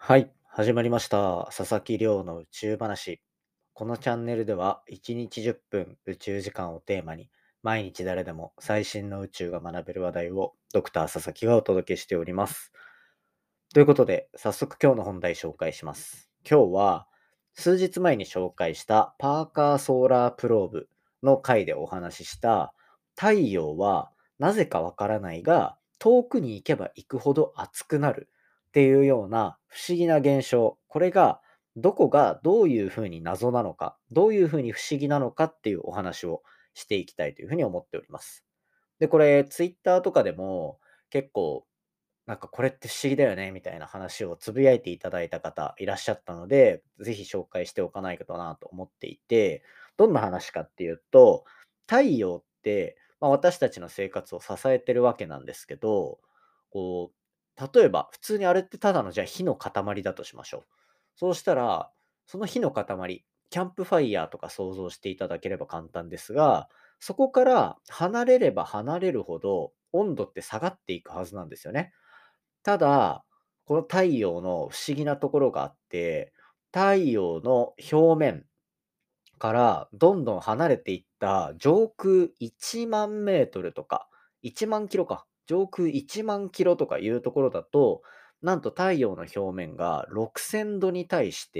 はい、始まりました。佐々木亮の宇宙話。このチャンネルでは1日10分宇宙時間をテーマに毎日誰でも最新の宇宙が学べる話題をドクター佐々木がお届けしております。ということで、早速今日の本題紹介します。今日は数日前に紹介したパーカーソーラープローブの回でお話しした太陽はなぜかわからないが遠くに行けば行くほど熱くなるっていうような不思議な現象。これがどこがどういうふうに謎なのか、どういうふうに不思議なのかっていうお話をしていきたいというふうに思っております。で、これツイッターとかでも結構なんかこれって不思議だよねみたいな話をつぶやいていただいた方いらっしゃったので、ぜひ紹介しておかないとなと思っていて、どんな話かっていうと、太陽って、私たちの生活を支えてるわけなんですけど、こ例えば普通にあれってただのじゃあ火の塊だとしましょう。そうしたら、その火の塊、キャンプファイヤーとか想像していただければ簡単ですが、そこから離れれば離れるほど温度って下がっていくはずなんですよね。ただ、この太陽の不思議なところがあって、太陽の表面からどんどん離れていった上空1万メートルとか、1万キロか、上空1万キロとかいうところだと、なんと太陽の表面が6000度に対して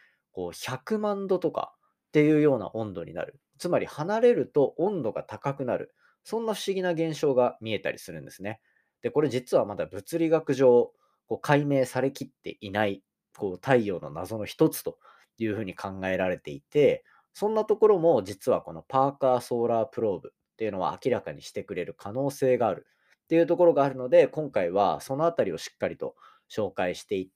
、100万度とかっていうような温度になる。つまり離れると温度が高くなる。そんな不思議な現象が見えたりするんですね。で、これ実はまだ物理学上、解明されきっていない、太陽の謎の一つというふうに考えられていて、そんなところも実はこのパーカーソーラープローブっていうのは明らかにしてくれる可能性があるっていうところがあるので、今回はそのあたりをしっかりと紹介していって、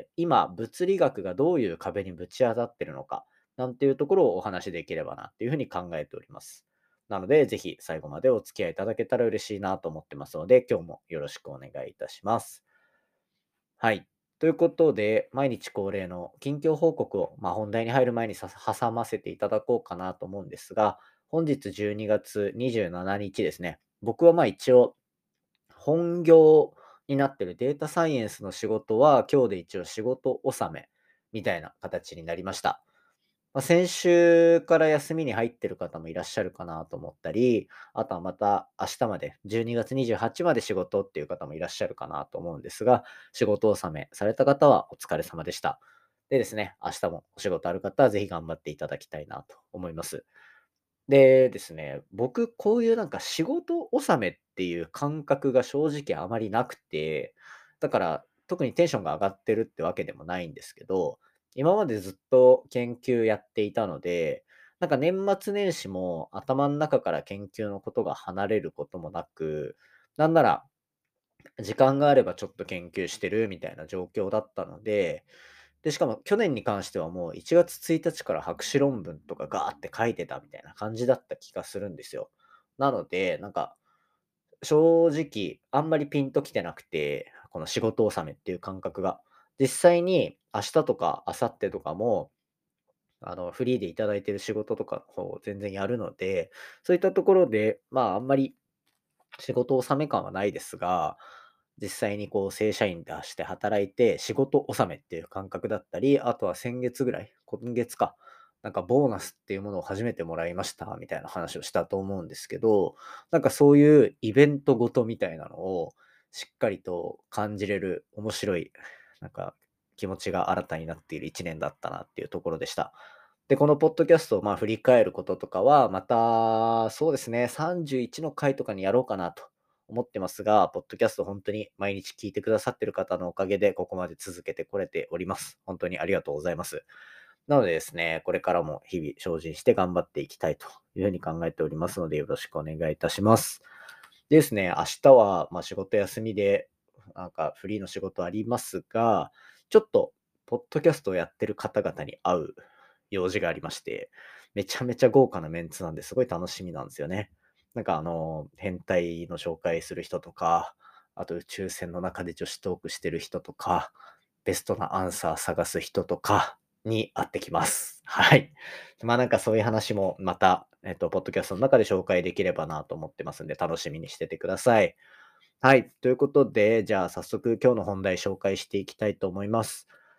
今物理学がどういう壁にぶち当たってるのか、なんていうところをお話しできればなっていうふうに考えております。なので、ぜひ最後までお付き合いいただけたら嬉しいなと思ってますので、今日もよろしくお願いいたします。はい。ということで、毎日恒例の近況報告を、本題に入る前に挟ませていただこうかなと思うんですが、本日12月27日ですね。僕は一応、本業になってるデータサイエンスの仕事は、今日で一応仕事納めみたいな形になりました。先週から休みに入ってる方もいらっしゃるかなと思ったり、あとはまた明日まで、12月28まで仕事っていう方もいらっしゃるかなと思うんですが、仕事納めされた方はお疲れ様でした。でですね、明日もお仕事ある方はぜひ頑張っていただきたいなと思います。でですね、僕こういうなんか仕事納めっていう感覚が正直あまりなくて、だから特にテンションが上がってるってわけでもないんですけど、今までずっと研究やっていたので、なんか年末年始も頭の中から研究のことが離れることもなく、なんなら時間があればちょっと研究してるみたいな状況だったので、で、しかも去年に関してはもう1月1日から博士論文とかガーって書いてたみたいな感じだった気がするんですよ。なので、なんか正直あんまりピンときてなくて、この仕事納めっていう感覚が。実際に明日とか明後日とかも、フリーでいただいてる仕事とかを全然やるので、そういったところで、あんまり仕事納め感はないですが、実際に正社員として働いて仕事納めっていう感覚だったり、あとは先月ぐらい、今月か、なんかボーナスっていうものを初めてもらいましたみたいな話をしたと思うんですけど、なんかそういうイベントごとみたいなのをしっかりと感じれる面白い、なんか気持ちが新たになっている1年だったなっていうところでした。で、このポッドキャストを振り返ることとかは、また、そうですね、31の回とかにやろうかなと思ってますが、ポッドキャスト本当に毎日聞いてくださってる方のおかげで、ここまで続けてこれております。本当にありがとうございます。なのでですね、これからも日々精進して頑張っていきたいというふうに考えておりますので、よろしくお願いいたします。でですね、明日は、仕事休みで、なんかフリーの仕事ありますが、ちょっとポッドキャストをやってる方々に会う用事がありまして、めちゃめちゃ豪華なメンツなんですごい楽しみなんですよね。なんか変態の紹介する人とか、あと宇宙船の中で女子トークしてる人とか、ベストなアンサー探す人とかに会ってきます。はい。なんかそういう話もまた、ポッドキャストの中で紹介できればなと思ってますんで、楽しみにしててください。はい。ということで、じゃあ早速今日の本題紹介していきたいと思います。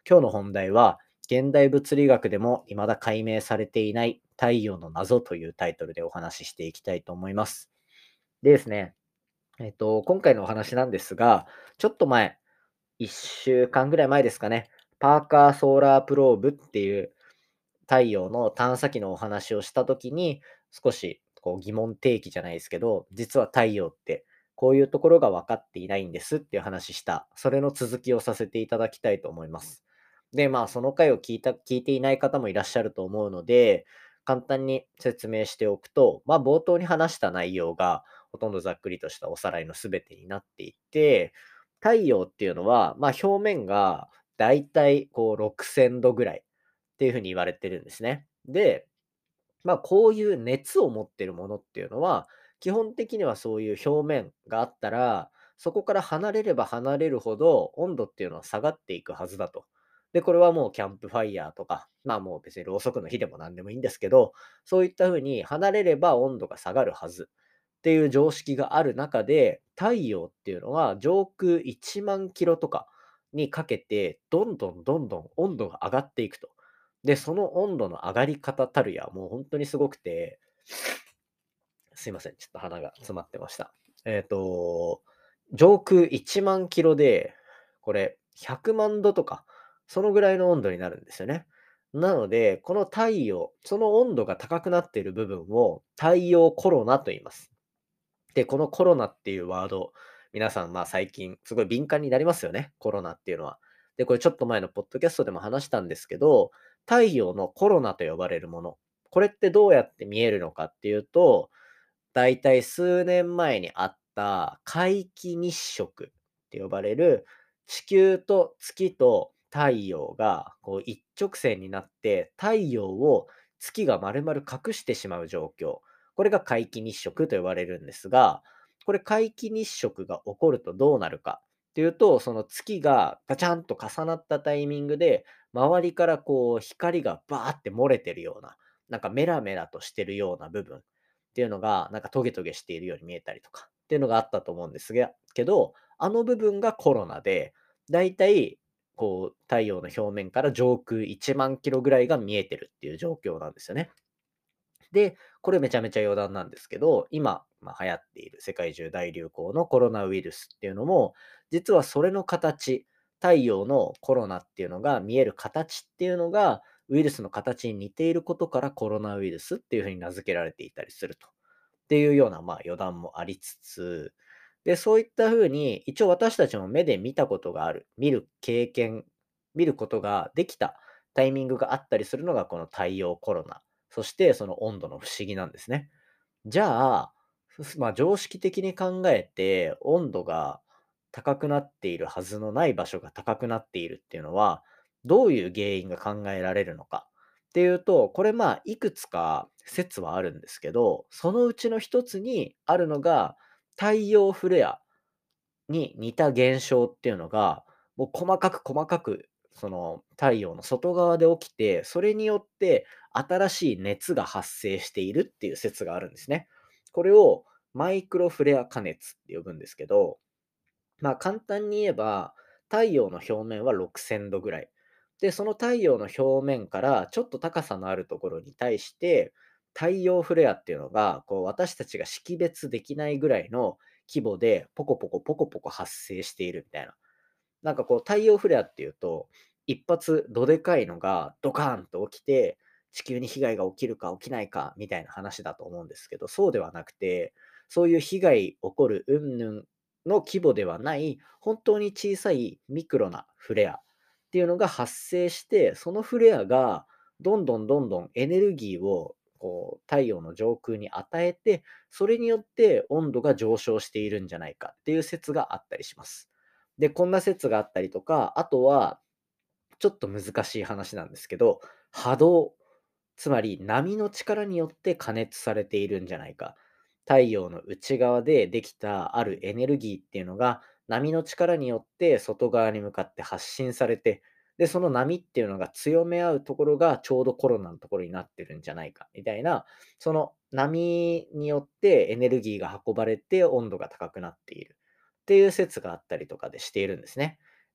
今日の本題は、現代物理学でも未だ解明されていない太陽の謎というタイトルでお話ししていきたいと思います。でですね、今回のお話なんですが、ちょっと前、1週間ぐらい前ですかね、パーカーソーラープローブっていう太陽の探査機のお話をしたときに、少しこう疑問提起じゃないですけど、実は太陽ってこういうところが分かっていないんですっていう話した、それの続きをさせていただきたいと思います。で、まあ、その回を聞いていない方もいらっしゃると思うので、簡単に説明しておくと、まあ、冒頭に話した内容が、ほとんどざっくりとしたおさらいのすべてになっていて、太陽っていうのは、まあ、表面がだいたいこう6000度ぐらいっていうふうに言われてるんですね。で、まあ、こういう熱を持ってるものっていうのは、基本的にはそういう表面があったら、そこから離れれば離れるほど温度っていうのは下がっていくはずだと。で、これはもうキャンプファイヤーとか、まあもう別にろうそくの火でも何でもいいんですけど、そういった風に離れれば温度が下がるはずっていう常識がある中で、太陽っていうのは上空1万キロとかにかけて、どんどんどんどん温度が上がっていくと。で、その温度の上がり方たるや、もう本当にすごくて、すいません、ちょっと鼻が詰まってました。えっと、上空1万キロで、これ100万度とか、そのぐらいの温度になるんですよね。なので、この太陽、その温度が高くなっている部分を太陽コロナと言います。で、このコロナっていうワード、皆さん、まあ、最近すごい敏感になりますよね、コロナっていうのは。で、これちょっと前のポッドキャストでも話したんですけど、太陽のコロナと呼ばれるもの、これってどうやって見えるのかっていうと、だいたい数年前にあった皆既日食って呼ばれる、地球と月と太陽がこう一直線になって、太陽を月が丸々隠してしまう状況。これが皆既日食と呼ばれるんですが、これ皆既日食が起こるとどうなるかっていうと、その月がガチャンと重なったタイミングで、周りからこう光がバーって漏れてるような、なんかメラメラとしてるような部分っていうのが、なんかトゲトゲしているように見えたりとかっていうのがあったと思うんですがけど、あの部分がコロナで、だいたいこう太陽の表面から上空1万キロぐらいが見えてるっていう状況なんですよね。で、これめちゃめちゃ余談なんですけど、今、流行っている世界中大流行のコロナウイルスっていうのも、実はそれの形、太陽のコロナっていうのが見える形っていうのが、ウイルスの形に似ていることからコロナウイルスっていうふうに名付けられていたりすると。っていうような、余談もありつつ、で、そういった風に、一応私たちも目で見たことがある、見る経験、見ることができたタイミングがあったりするのが、この太陽コロナ、そしてその温度の不思議なんですね。じゃあ、常識的に考えて、温度が高くなっているはずのない場所が高くなっているっていうのは、どういう原因が考えられるのかっていうと、これいくつか説はあるんですけど、そのうちの一つにあるのが、太陽フレアに似た現象っていうのが、もう細かく細かく、その太陽の外側で起きて、それによって新しい熱が発生しているっていう説があるんですね。これをマイクロフレア加熱って呼ぶんですけど、簡単に言えば、太陽の表面は6000度ぐらい。で、その太陽の表面からちょっと高さのあるところに対して、太陽フレアっていうのが、こう私たちが識別できないぐらいの規模でポコポコポコポコ発生しているみたいな。なんかこう太陽フレアっていうと、一発どでかいのがドカーンと起きて、地球に被害が起きるか起きないかみたいな話だと思うんですけど、そうではなくて、そういう被害起こる云々の規模ではない、本当に小さいミクロなフレアっていうのが発生して、そのフレアがどんどんどんどんエネルギーをこう太陽の上空に与えて、それによって温度が上昇しているんじゃないかっていう説があったりします。で、こんな説があったりとか、あとは、ちょっと難しい話なんですけど、波動、つまり波の力によって加熱されているんじゃないか。太陽の内側でできたあるエネルギーっていうのが、波の力によって外側に向かって発信されて、で、その波っていうのが強め合うところがちょうどコロナのところになってるんじゃないか、みたいな、その波によってエネルギーが運ばれて温度が高くなっているっていう説があったりとかでしているんですね。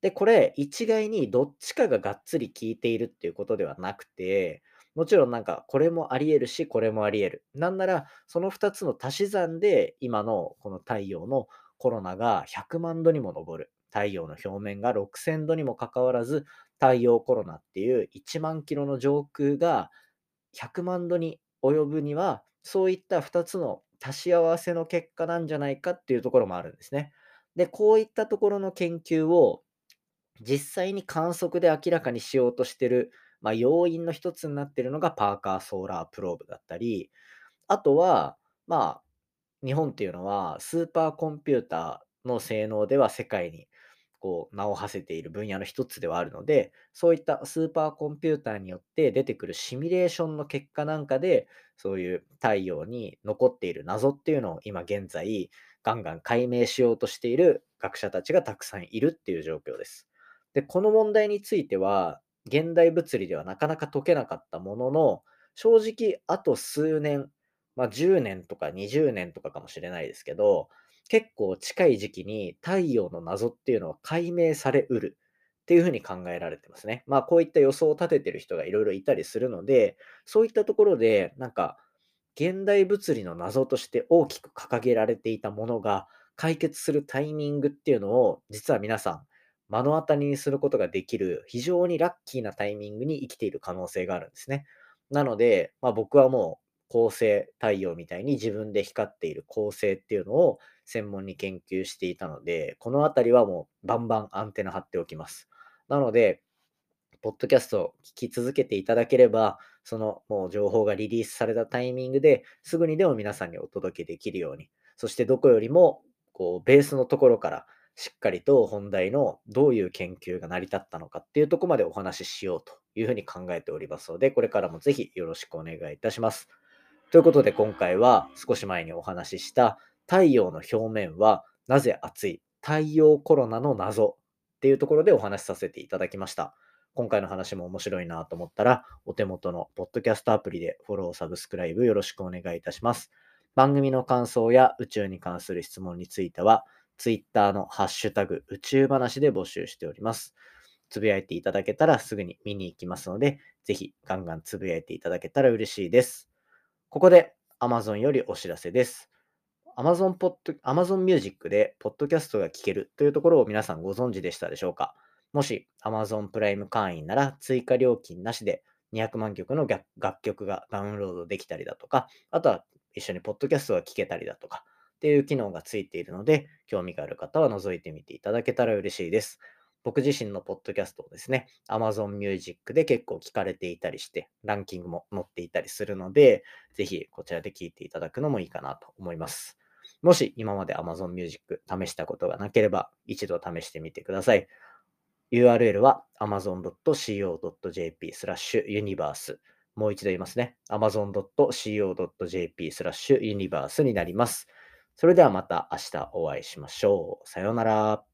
で、これ、一概にどっちかががっつり効いているっていうことではなくて、もちろんなんか、これもあり得るし、これもあり得る。なんなら、その2つの足し算で、今のこの太陽のコロナが100万度にも上る。太陽の表面が6000度にもかかわらず、太陽コロナっていう1万キロの上空が100万度に及ぶには、そういった2つの足し合わせの結果なんじゃないかっていうところもあるんですね。で、こういったところの研究を実際に観測で明らかにしようとしてる、要因の一つになっているのがパーカーソーラープローブだったり、あとは、まあ、日本っていうのはスーパーコンピューターの性能では世界に名を馳せている分野の一つではあるので、そういったスーパーコンピューターによって出てくるシミュレーションの結果なんかで、そういう太陽に残っている謎っていうのを今現在、ガンガン解明しようとしている学者たちがたくさんいるっていう状況です。で、この問題については、現代物理ではなかなか解けなかったものの、正直あと数年、10年とか20年とかかもしれないですけど、結構近い時期に太陽の謎っていうのは解明されうるっていうふうに考えられてますね。こういった予想を立ててる人がいろいろいたりするので、そういったところで、なんか、現代物理の謎として大きく掲げられていたものが解決するタイミングっていうのを、実は皆さん、目の当たりにすることができる非常にラッキーなタイミングに生きている可能性があるんですね。なので、僕はもう恒星、太陽みたいに自分で光っている恒星っていうのを専門に研究していたので、このあたりはもうバンバンアンテナ張っておきます。なので、ポッドキャストを聞き続けていただければ、そのもう情報がリリースされたタイミングですぐにでも皆さんにお届けできるように、そしてどこよりもベースのところからしっかりと本題のどういう研究が成り立ったのかっていうところまでお話ししようというふうに考えておりますので、これからもぜひよろしくお願いいたします。ということで今回は少し前にお話しした太陽の表面はなぜ熱い太陽コロナの謎っていうところでお話しさせていただきました。今回の話も面白いなと思ったら、お手元のポッドキャストアプリでフォロー、サブスクライブよろしくお願いいたします。番組の感想や宇宙に関する質問については、Twitter のハッシュタグ宇宙話で募集しております。つぶやいていただけたらすぐに見に行きますので、ぜひガンガンつぶやいていただけたら嬉しいです。ここで Amazon よりお知らせです。Amazon Music でポッドキャストが聞けるというところを皆さんご存知でしたでしょうか？もし Amazon プライム会員なら追加料金なしで200万曲の楽曲がダウンロードできたりだとか、あとは一緒にポッドキャストが聞けたりだとかっていう機能がついているので、興味がある方は覗いてみていただけたら嬉しいです。僕自身のポッドキャストをですね、Amazon Music で結構聞かれていたりして、ランキングも載っていたりするので、ぜひこちらで聞いていただくのもいいかなと思います。もし今まで Amazon Music 試したことがなければ、一度試してみてください。URL は amazon.co.jp/universe。もう一度言いますね。amazon.co.jp/universe になります。それではまた明日お会いしましょう。さようなら。